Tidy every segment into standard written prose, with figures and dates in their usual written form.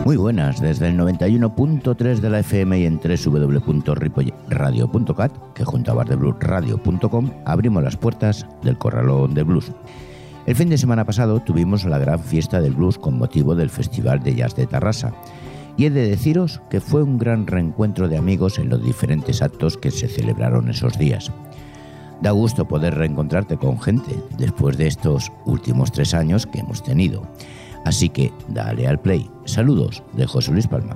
Muy buenas, desde el 91.3 de la FM y en www.ripoyradio.cat, que junto a bardebluesradio.com abrimos las puertas del Corralón del Blues. El fin de semana pasado tuvimos la gran fiesta del blues con motivo del Festival de Jazz de Tarrasa, y he de deciros que fue un gran reencuentro de amigos en los diferentes actos que se celebraron esos días. Da gusto poder reencontrarte con gente después de estos últimos 3 años que hemos tenido. Así que dale al play. Saludos de José Luis Palma.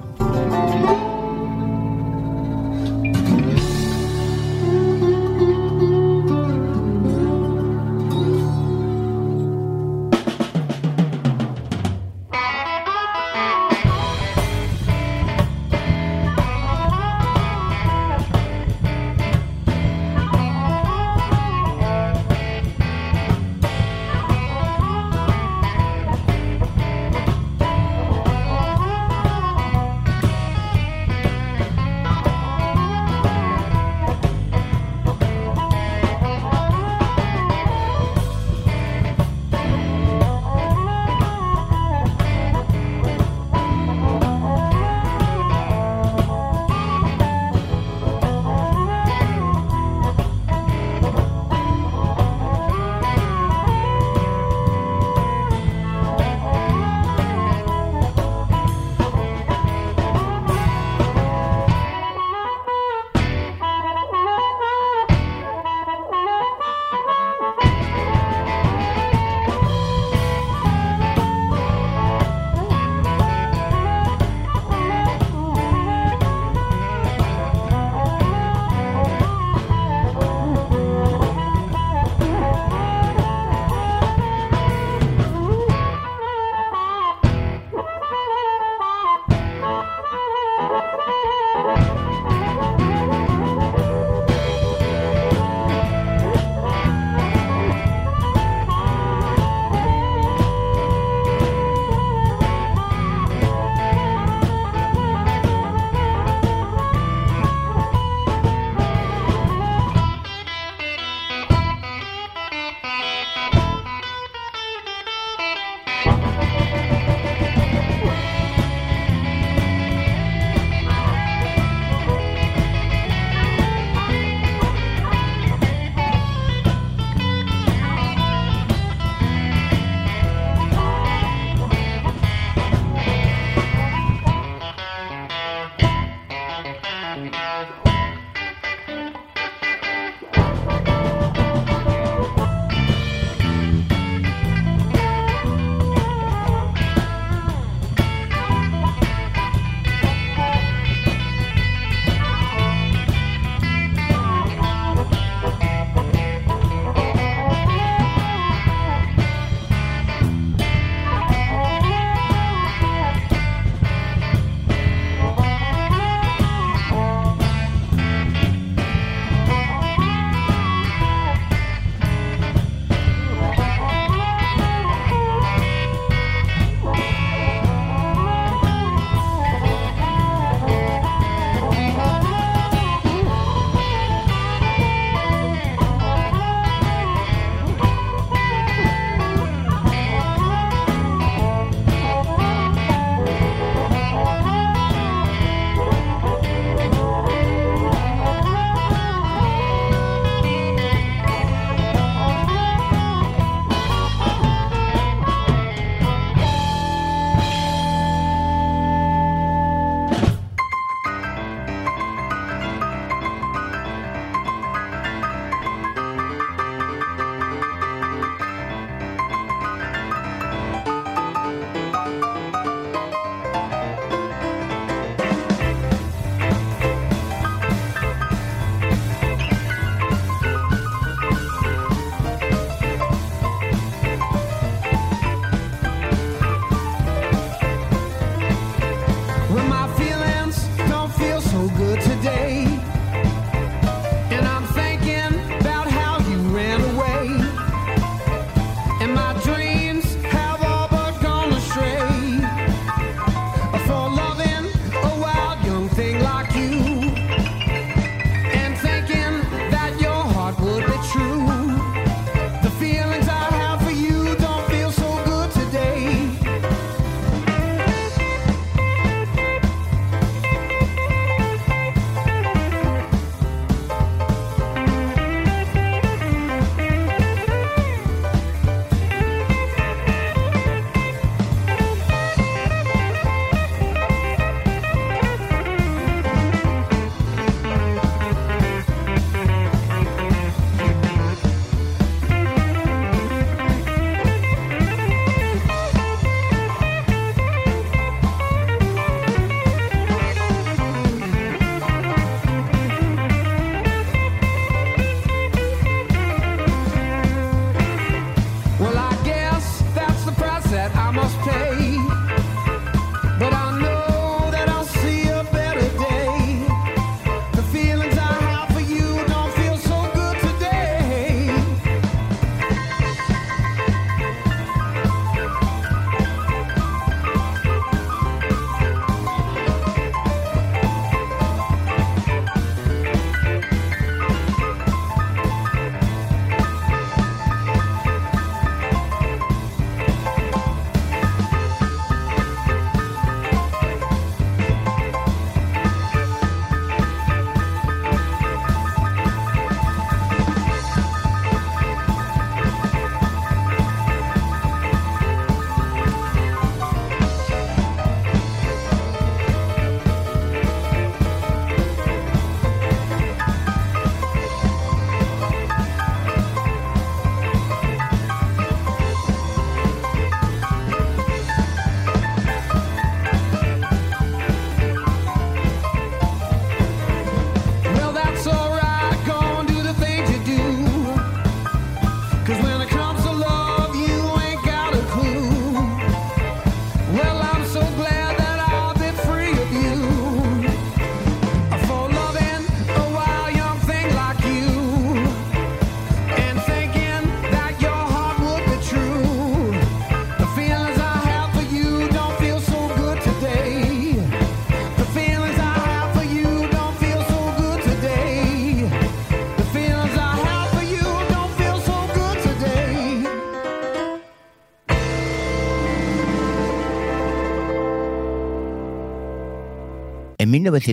En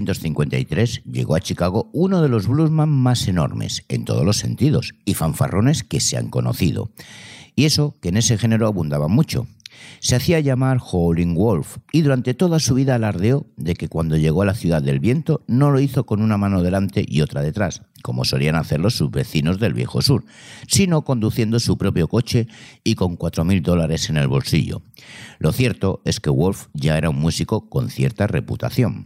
1953 llegó a Chicago uno de los bluesman más enormes, en todos los sentidos, y fanfarrones que se han conocido. Y eso que en ese género abundaba mucho. Se hacía llamar Howlin' Wolf y durante toda su vida alardeó de que cuando llegó a la Ciudad del Viento no lo hizo con una mano delante y otra detrás, como solían hacerlo sus vecinos del Viejo Sur, sino conduciendo su propio coche y con $4,000 en el bolsillo. Lo cierto es que Wolf ya era un músico con cierta reputación.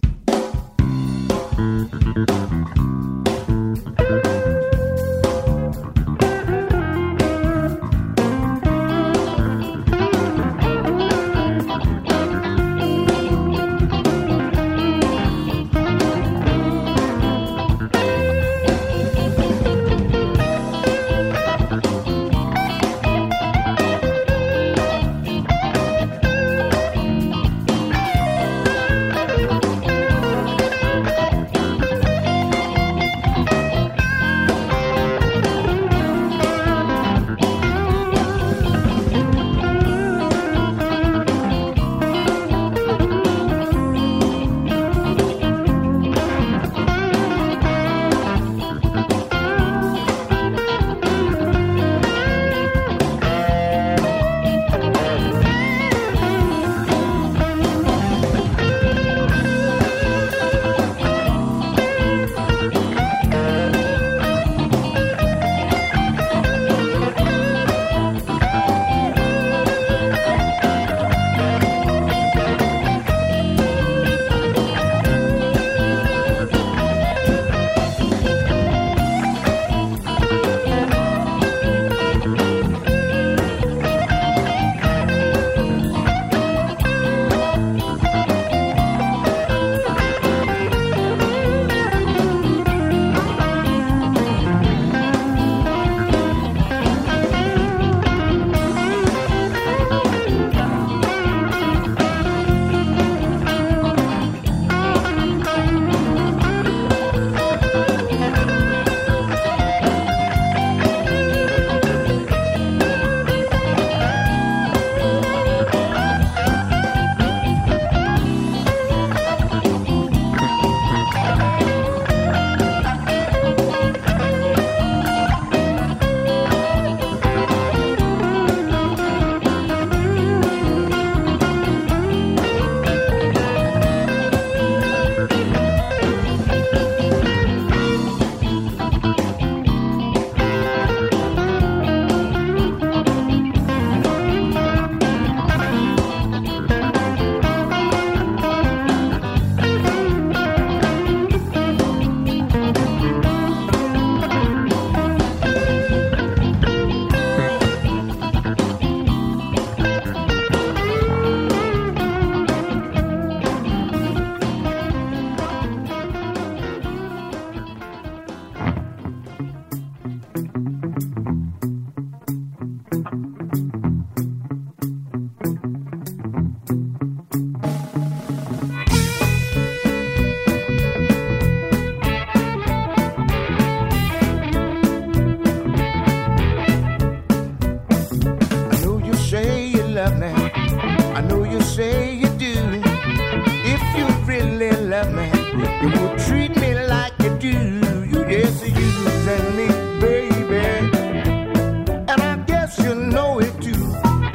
I know you say you do. If you really love me, you will treat me like you do. You just using me, baby, and I guess you know it too.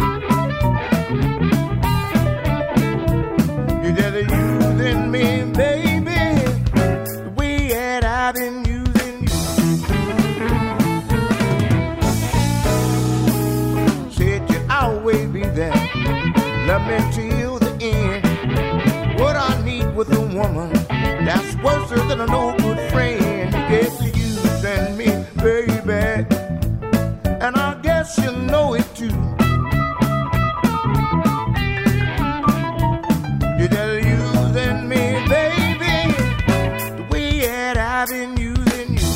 You just using me, baby, the way that I've been using you. Said you'd always be there, love me till the end. What I need with a woman that's worse than a no good friend. You guess you're using me, baby, and I guess you know it too. You're just using me, baby, the way that I've been using you.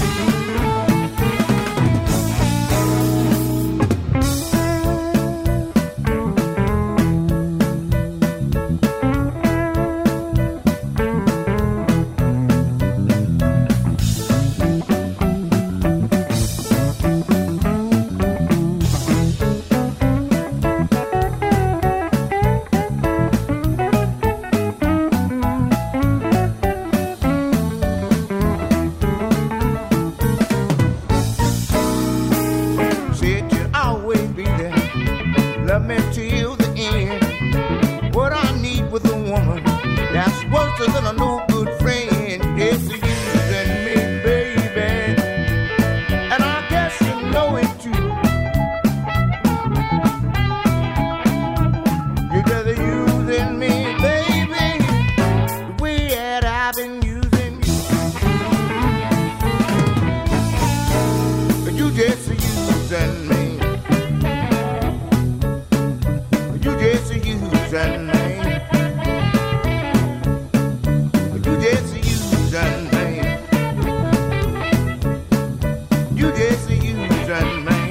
Love me till the end. What I need with a woman that's worse than a no good friend. Yes, you're using me, baby, and I guess you know it too. You're just using me, baby, the way that I've been using you. You just using me. You just using me. You just using me. You just using me.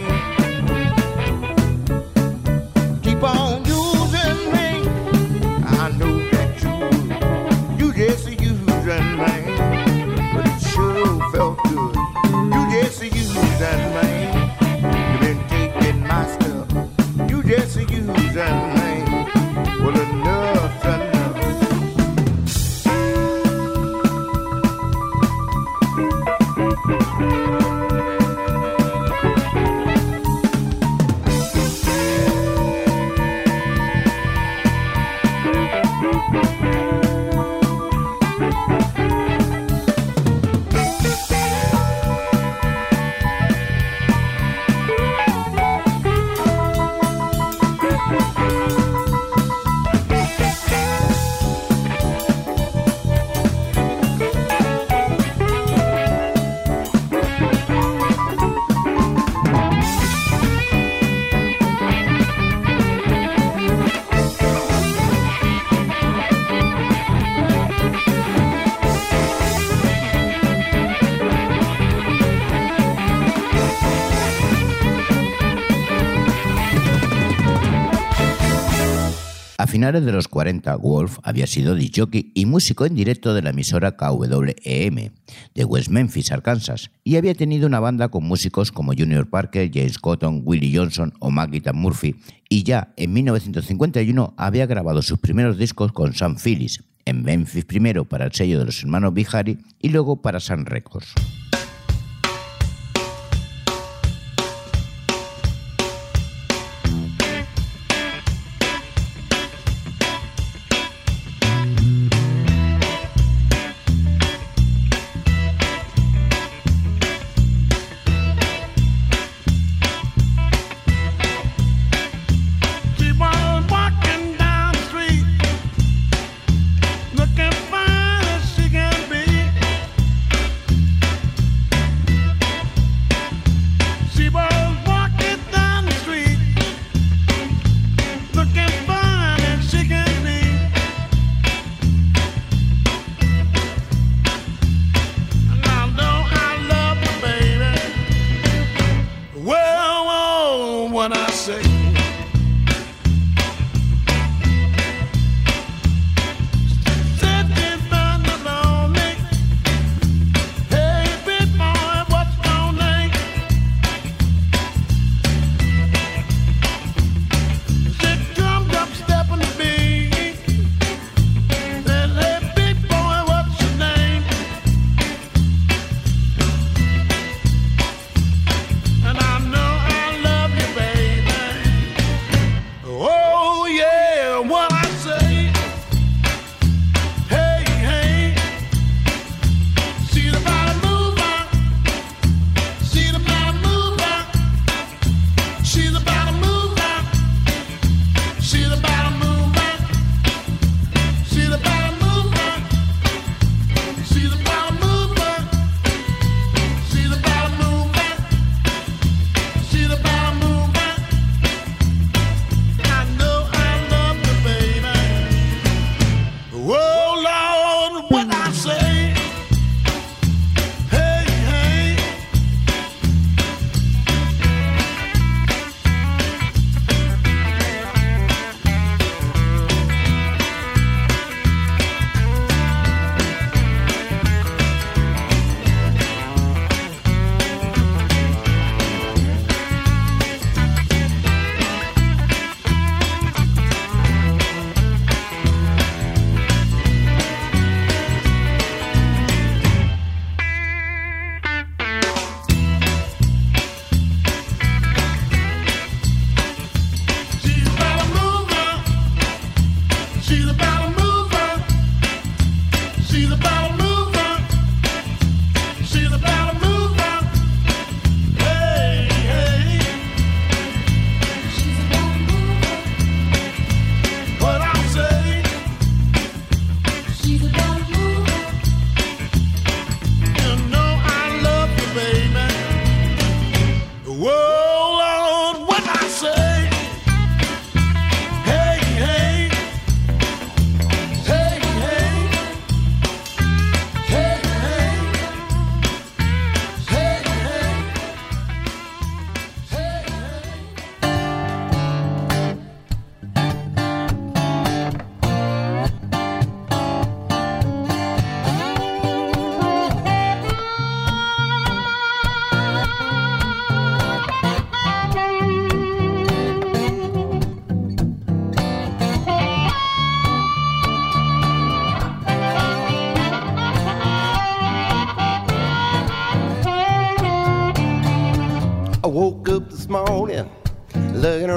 Keep on using me. I know that you would. You just using me. But it sure felt good. You just using me. You've been taking my stuff. You just using me. Well, enough's enough. A finales de los 40, Wolf había sido disc-jockey y músico en directo de la emisora KWEM de West Memphis, Arkansas, y había tenido una banda con músicos como Junior Parker, James Cotton, Willie Johnson o Maggie Murphy, y ya en 1951 había grabado sus primeros discos con Sam Phillips, en Memphis primero para el sello de los hermanos Bihari y luego para Sun Records.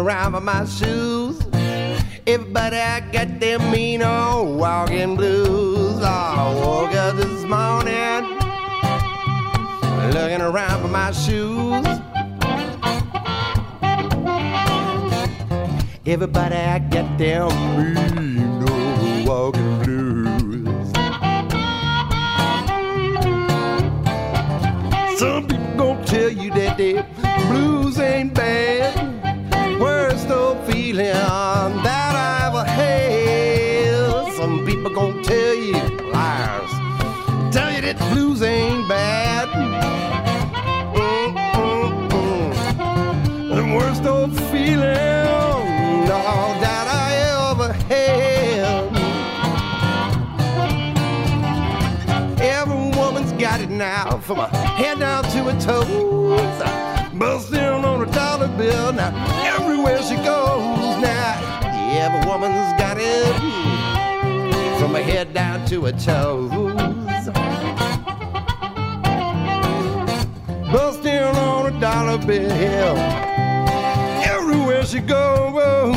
around with my shoes. Everybody, I got them mean old walking blues. I woke up this morning looking around for my shoes. Everybody, I got them mean old walking blues. Some people gon' tell you that the blues ain't bad. Worst old feeling that I ever had. Some people gon' tell you liars, tell you that blues ain't bad. The worst old feeling that I ever had. Every woman's got it now, from her head down to her toes. Busting on a dollar bill now, everywhere she goes now. Every woman's got it, from her head down to her toes. Busting on a dollar bill, everywhere she goes.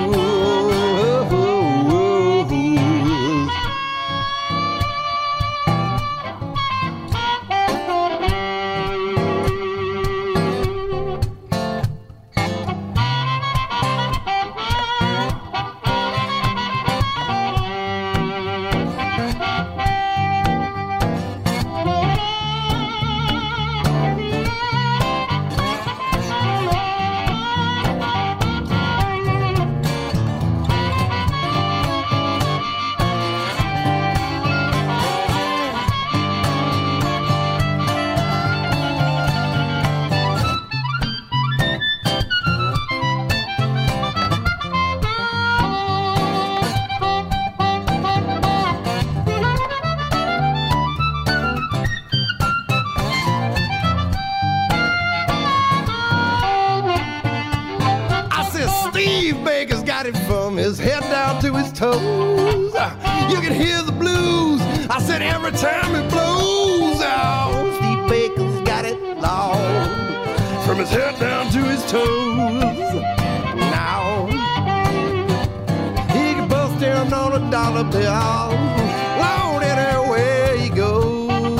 From his head down to his toes, you can hear the blues. I said every time it blows. Oh, Steve Baker's got it loud, from his head down to his toes. Now he can bust down on a dollar bill, Lord, anywhere he goes.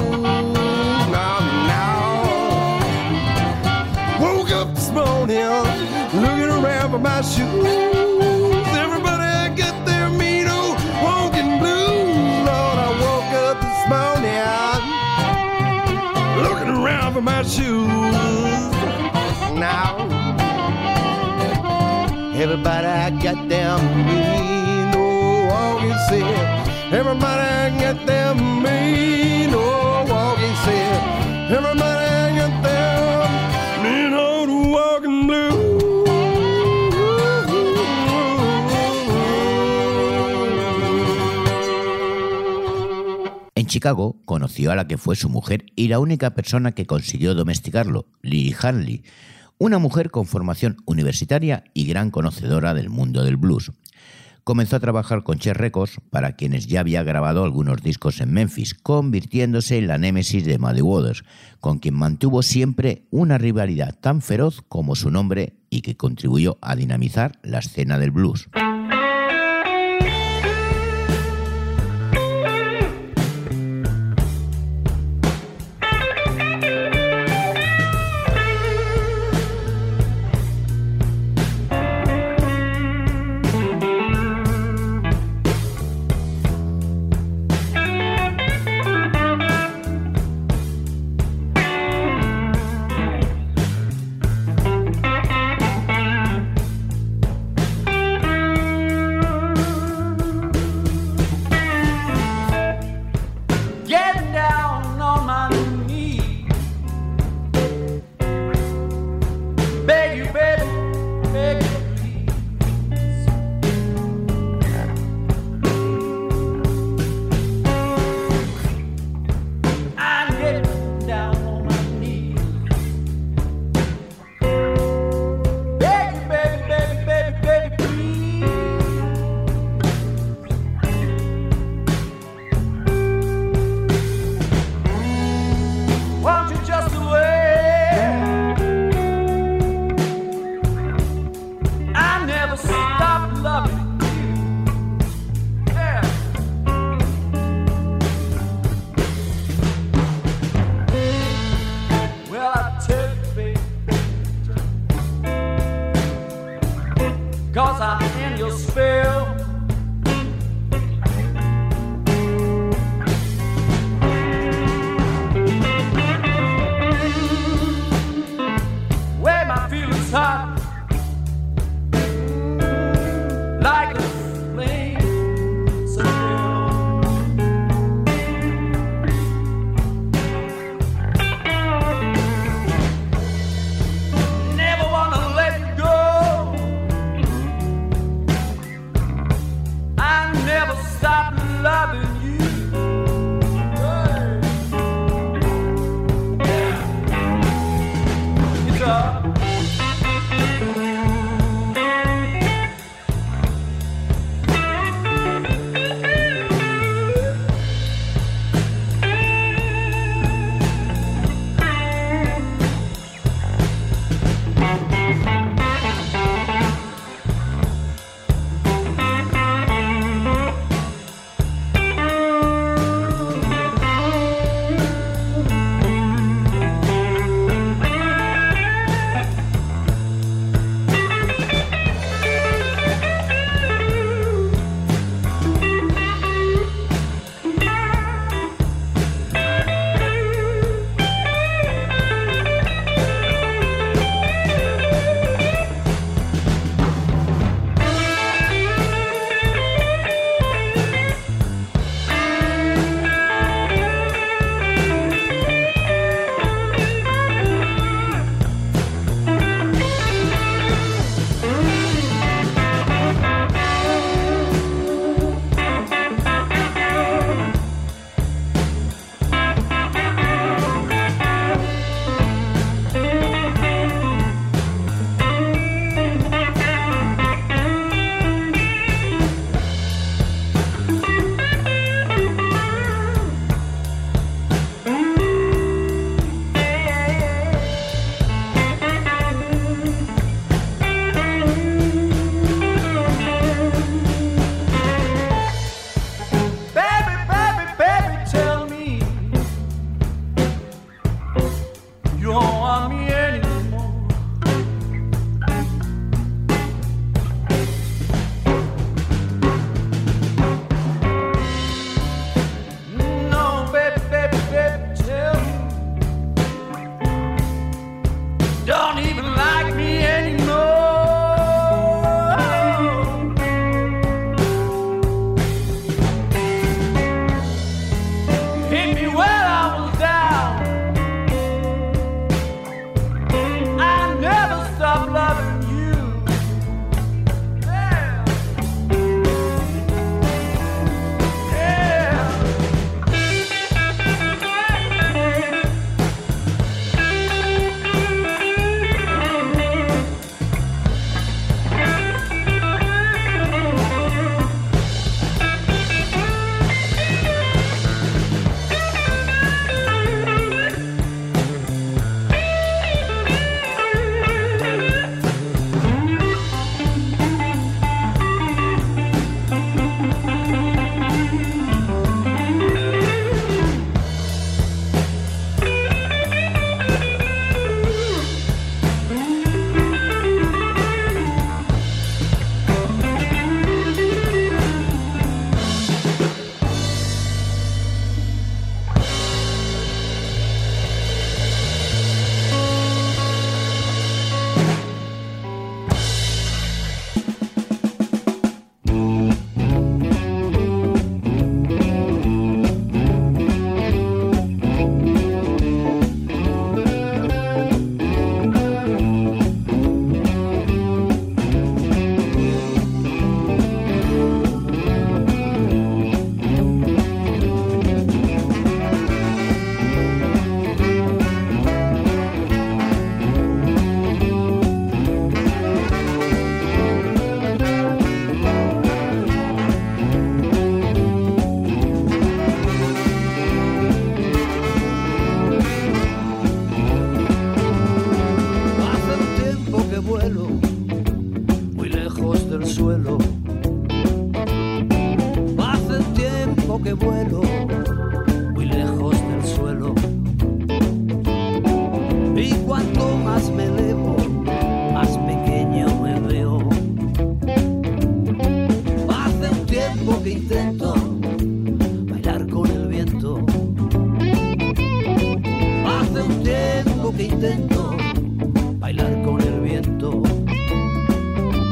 Now, woke up this morning looking around for my shoes. For my shoes. Now everybody, I got them mean old walking said. Everybody, I got them mean old walking said. Everybody, I got them mean old walking blues. En Chicago conoció a la que fue su mujer y la única persona que consiguió domesticarlo, Lily Hanley, una mujer con formación universitaria y gran conocedora del mundo del blues. Comenzó a trabajar con Chess Records, para quienes ya había grabado algunos discos en Memphis, convirtiéndose en la némesis de Muddy Waters, con quien mantuvo siempre una rivalidad tan feroz como su nombre y que contribuyó a dinamizar la escena del blues. loving you.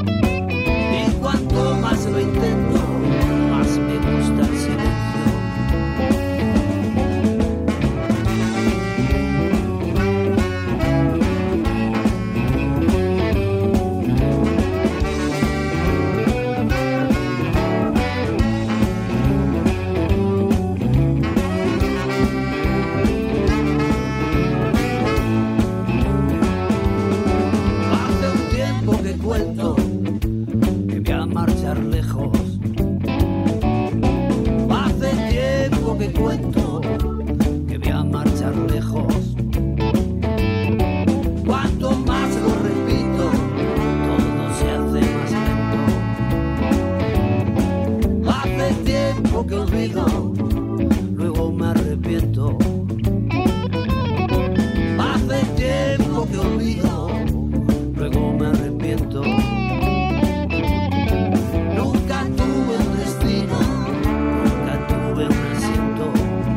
Y cuanto más lo intento, más me gusta el silencio. que olvido, luego me arrepiento. Hace tiempo que olvido, luego me arrepiento. Nunca tuve un destino, nunca tuve un asiento.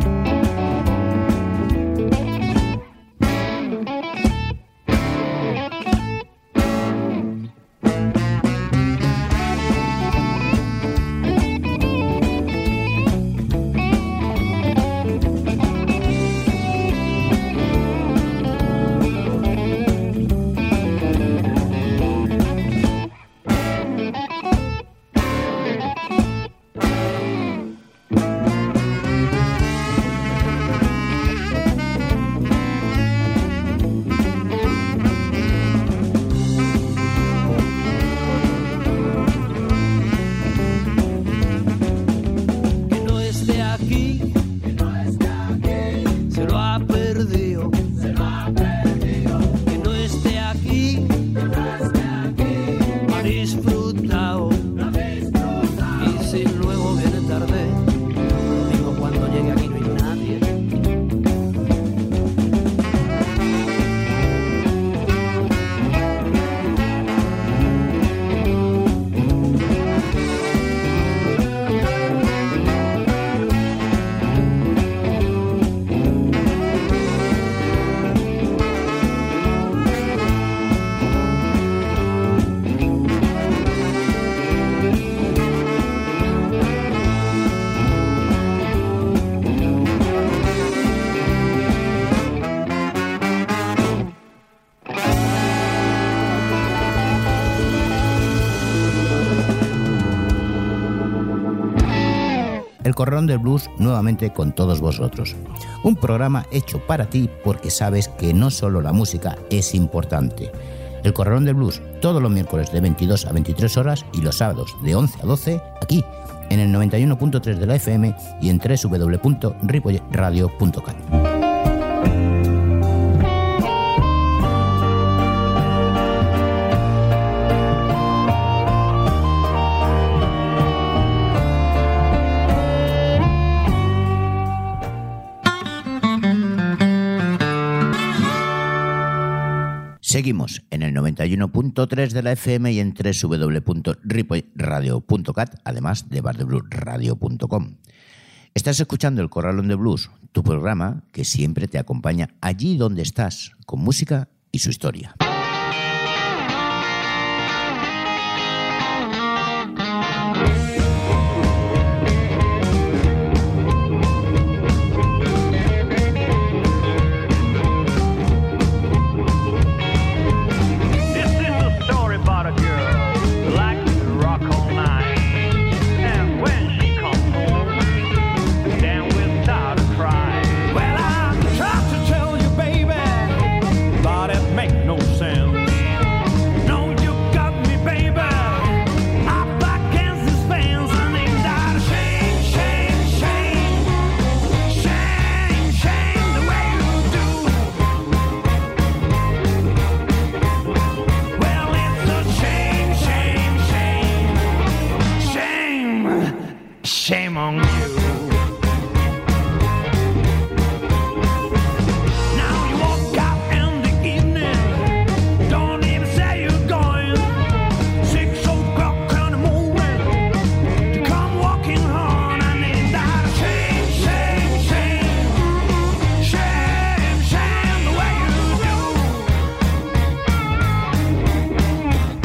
El Corralón del Blues nuevamente con todos vosotros. Un programa hecho para ti porque sabes que no solo la música es importante. El Corralón del Blues todos los miércoles de 22 a 23 horas y los sábados de 11 a 12 aquí en el 91.3 de la FM y en www.ripolletradio.cat. Seguimos en el 91.3 de la FM y en www.ripolletradio.cat, además de bardebluesradio.com. Estás escuchando El Corralón de Blues, tu programa que siempre te acompaña allí donde estás, con música y su historia. Shame on you.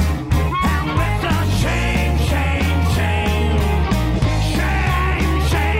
Shame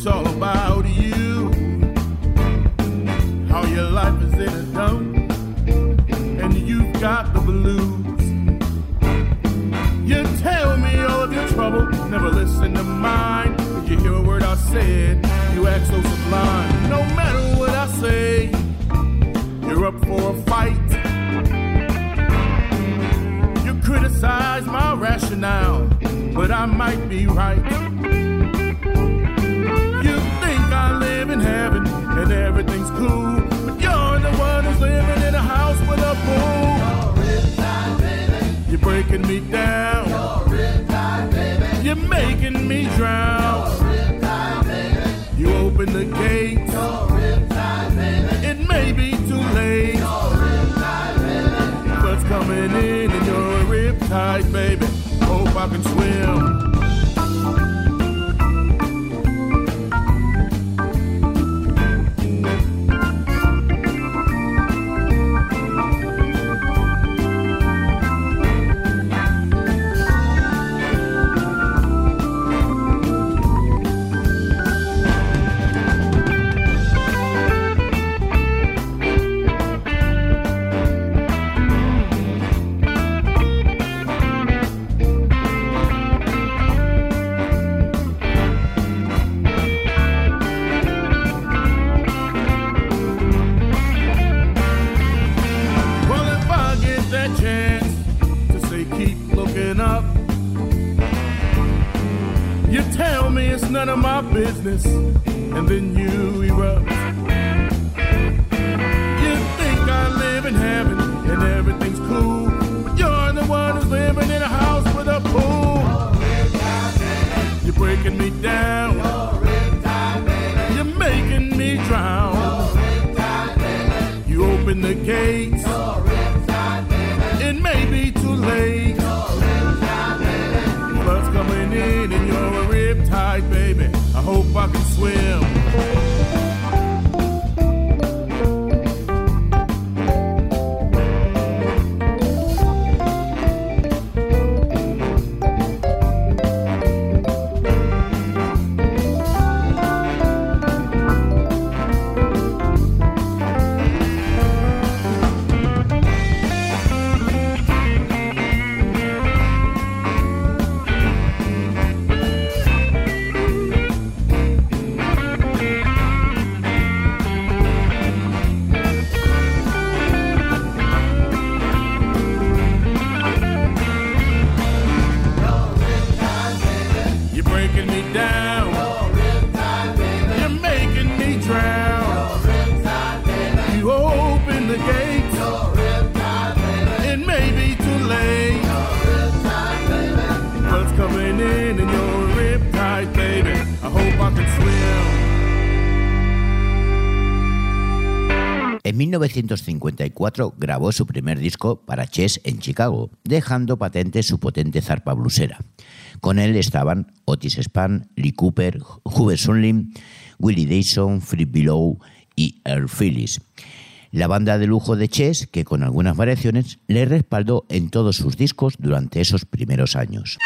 all about you. How your life is in a dump, and you've got the blues. You tell me all of your trouble, never listen to mine. If you hear a word I said, you act so sublime. No matter what I say, you're up for a fight. You criticize my rationale, but I might be right. You think I live in heaven and everything's cool, but you're the one who's living in a house with a pool. You're breaking me down. You're making me drown. You open the gates. It may be too late. Flood's coming in and you're a riptide, baby. Hope I can swim. None of my business, and then you erupt. You think I live in heaven and everything's cool, but you're the one who's living in a house with a pool. You're breaking me down. You're making me drown. You open the gates. It may be too late. Flood's coming in and you're a riptide, baby. I hope I can swim. En 1954 grabó su primer disco para Chess en Chicago, dejando patente su potente zarpa blusera. Con él estaban Otis Spann, Lee Cooper, Hubert Sumlin, Willie Dixon, Fred Below y Earl Phillips. La banda de lujo de Chess, que con algunas variaciones le respaldó en todos sus discos durante esos primeros años.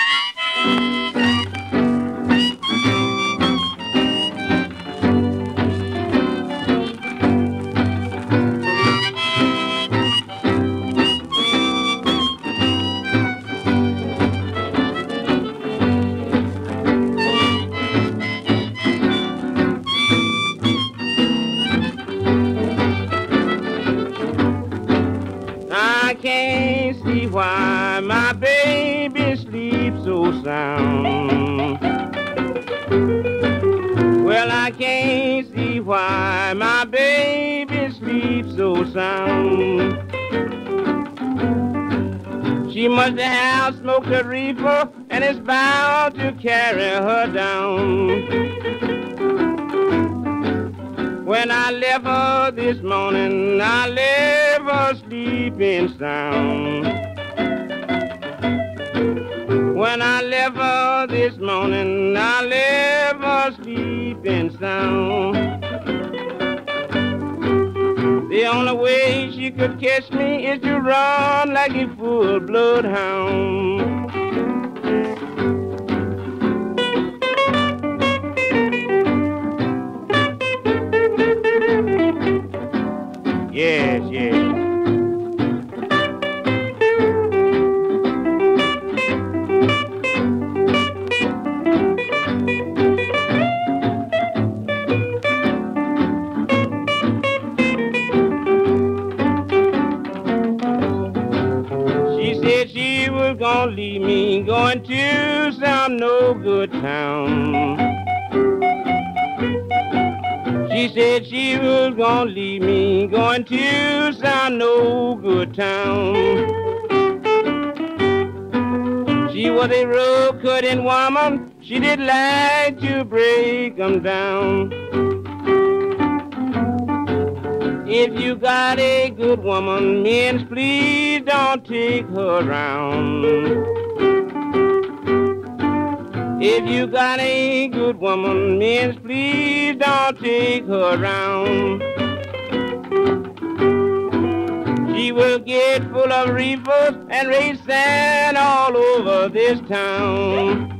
Why my baby sleeps so sound? Well, I can't see why my baby sleeps so sound. She must have smoked a reefer and it's bound to carry her down. When I left her this morning, I left her sleeping sound. When I left her this morning, I left her sleeping sound. The only way she could catch me is to run like a full-blood hound. gonna leave me going to some no good town. She said she was gonna leave me going to some no good town. She was a road-cutting woman, she did like to break 'em down. If you got a good woman, men, please don't take her around. If you got a good woman, men, please don't take her around. She will get full of reefers and raise sand all over this town.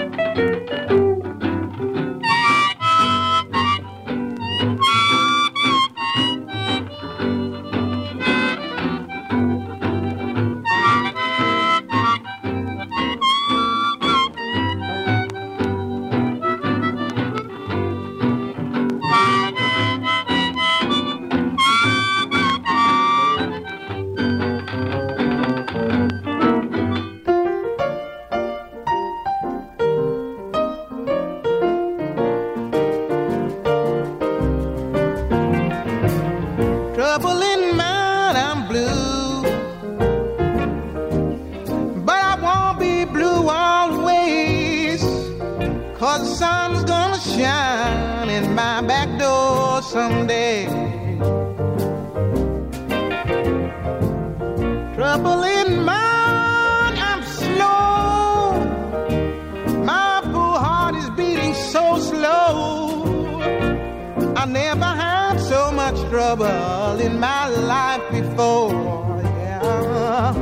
Trouble in mind, I'm blue, but I won't be blue always, 'cause the sun's gonna shine in my back door someday. Trouble in mind, I'm slow, my poor heart is beating so slow. I never had so much trouble in my life before, yeah.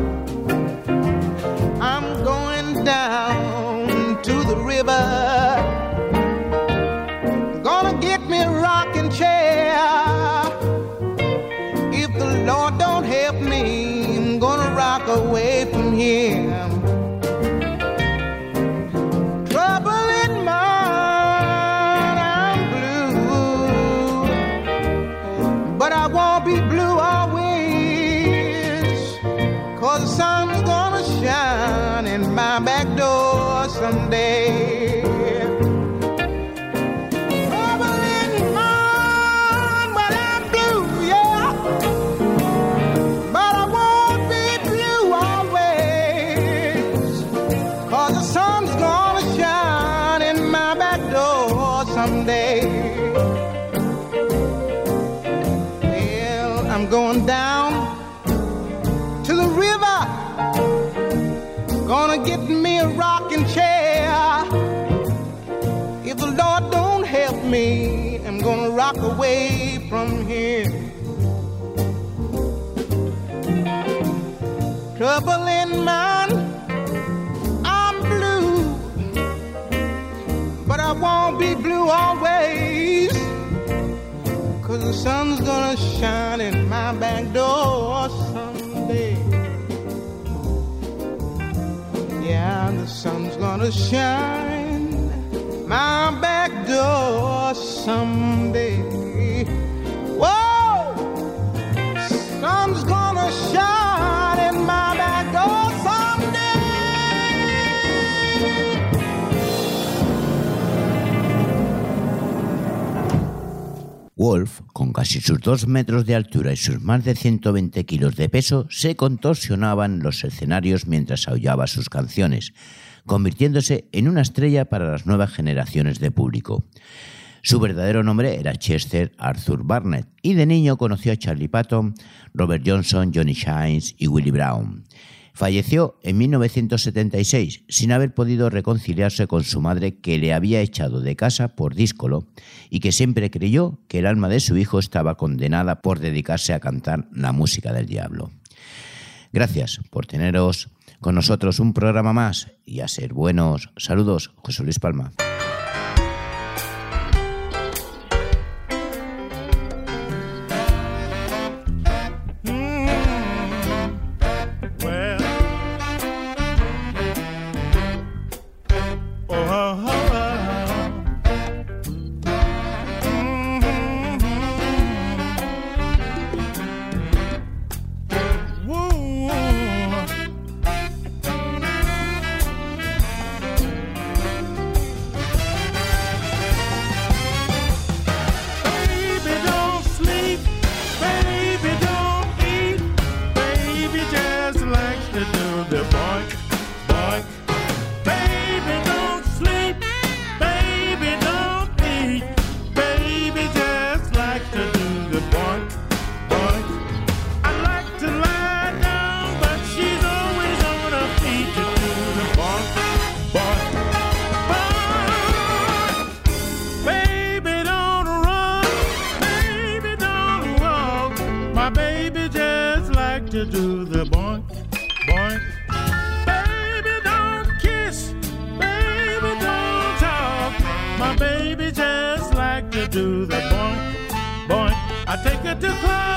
I'm going down to the river, gonna get me a rocking chair. If the Lord don't help me, I'm gonna rock away from here. Trouble in mind, I'm blue, but I won't be blue always, 'cause the sun's gonna shine in my back door someday. Trouble in mind, but I'm blue, yeah, but I won't be blue always, 'cause the sun's gonna shine in my back door someday. I'm going down to the river, gonna get me a rocking chair. If the Lord don't help me, I'm gonna rock away from here. Trouble in mind, I'm blue, but I won't be blue always, 'cause the sun's gonna shine in my back door someday. Yeah, the sun's gonna shine my back door someday. Whoa! Sun's gonna shine in my back door someday. Wolf, con casi sus 2 metros de altura y sus más de 120 kilos de peso, se contorsionaba en los escenarios mientras aullaba sus canciones, convirtiéndose en una estrella para las nuevas generaciones de público. Su verdadero nombre era Chester Arthur Barnett, y de niño conoció a Charlie Patton, Robert Johnson, Johnny Shines y Willie Brown. Falleció en 1976 sin haber podido reconciliarse con su madre, que le había echado de casa por díscolo y que siempre creyó que el alma de su hijo estaba condenada por dedicarse a cantar la música del diablo. Gracias por teneros con nosotros un programa más y a ser buenos. Saludos, José Luis Palma. do the boing, boing. I take her to club.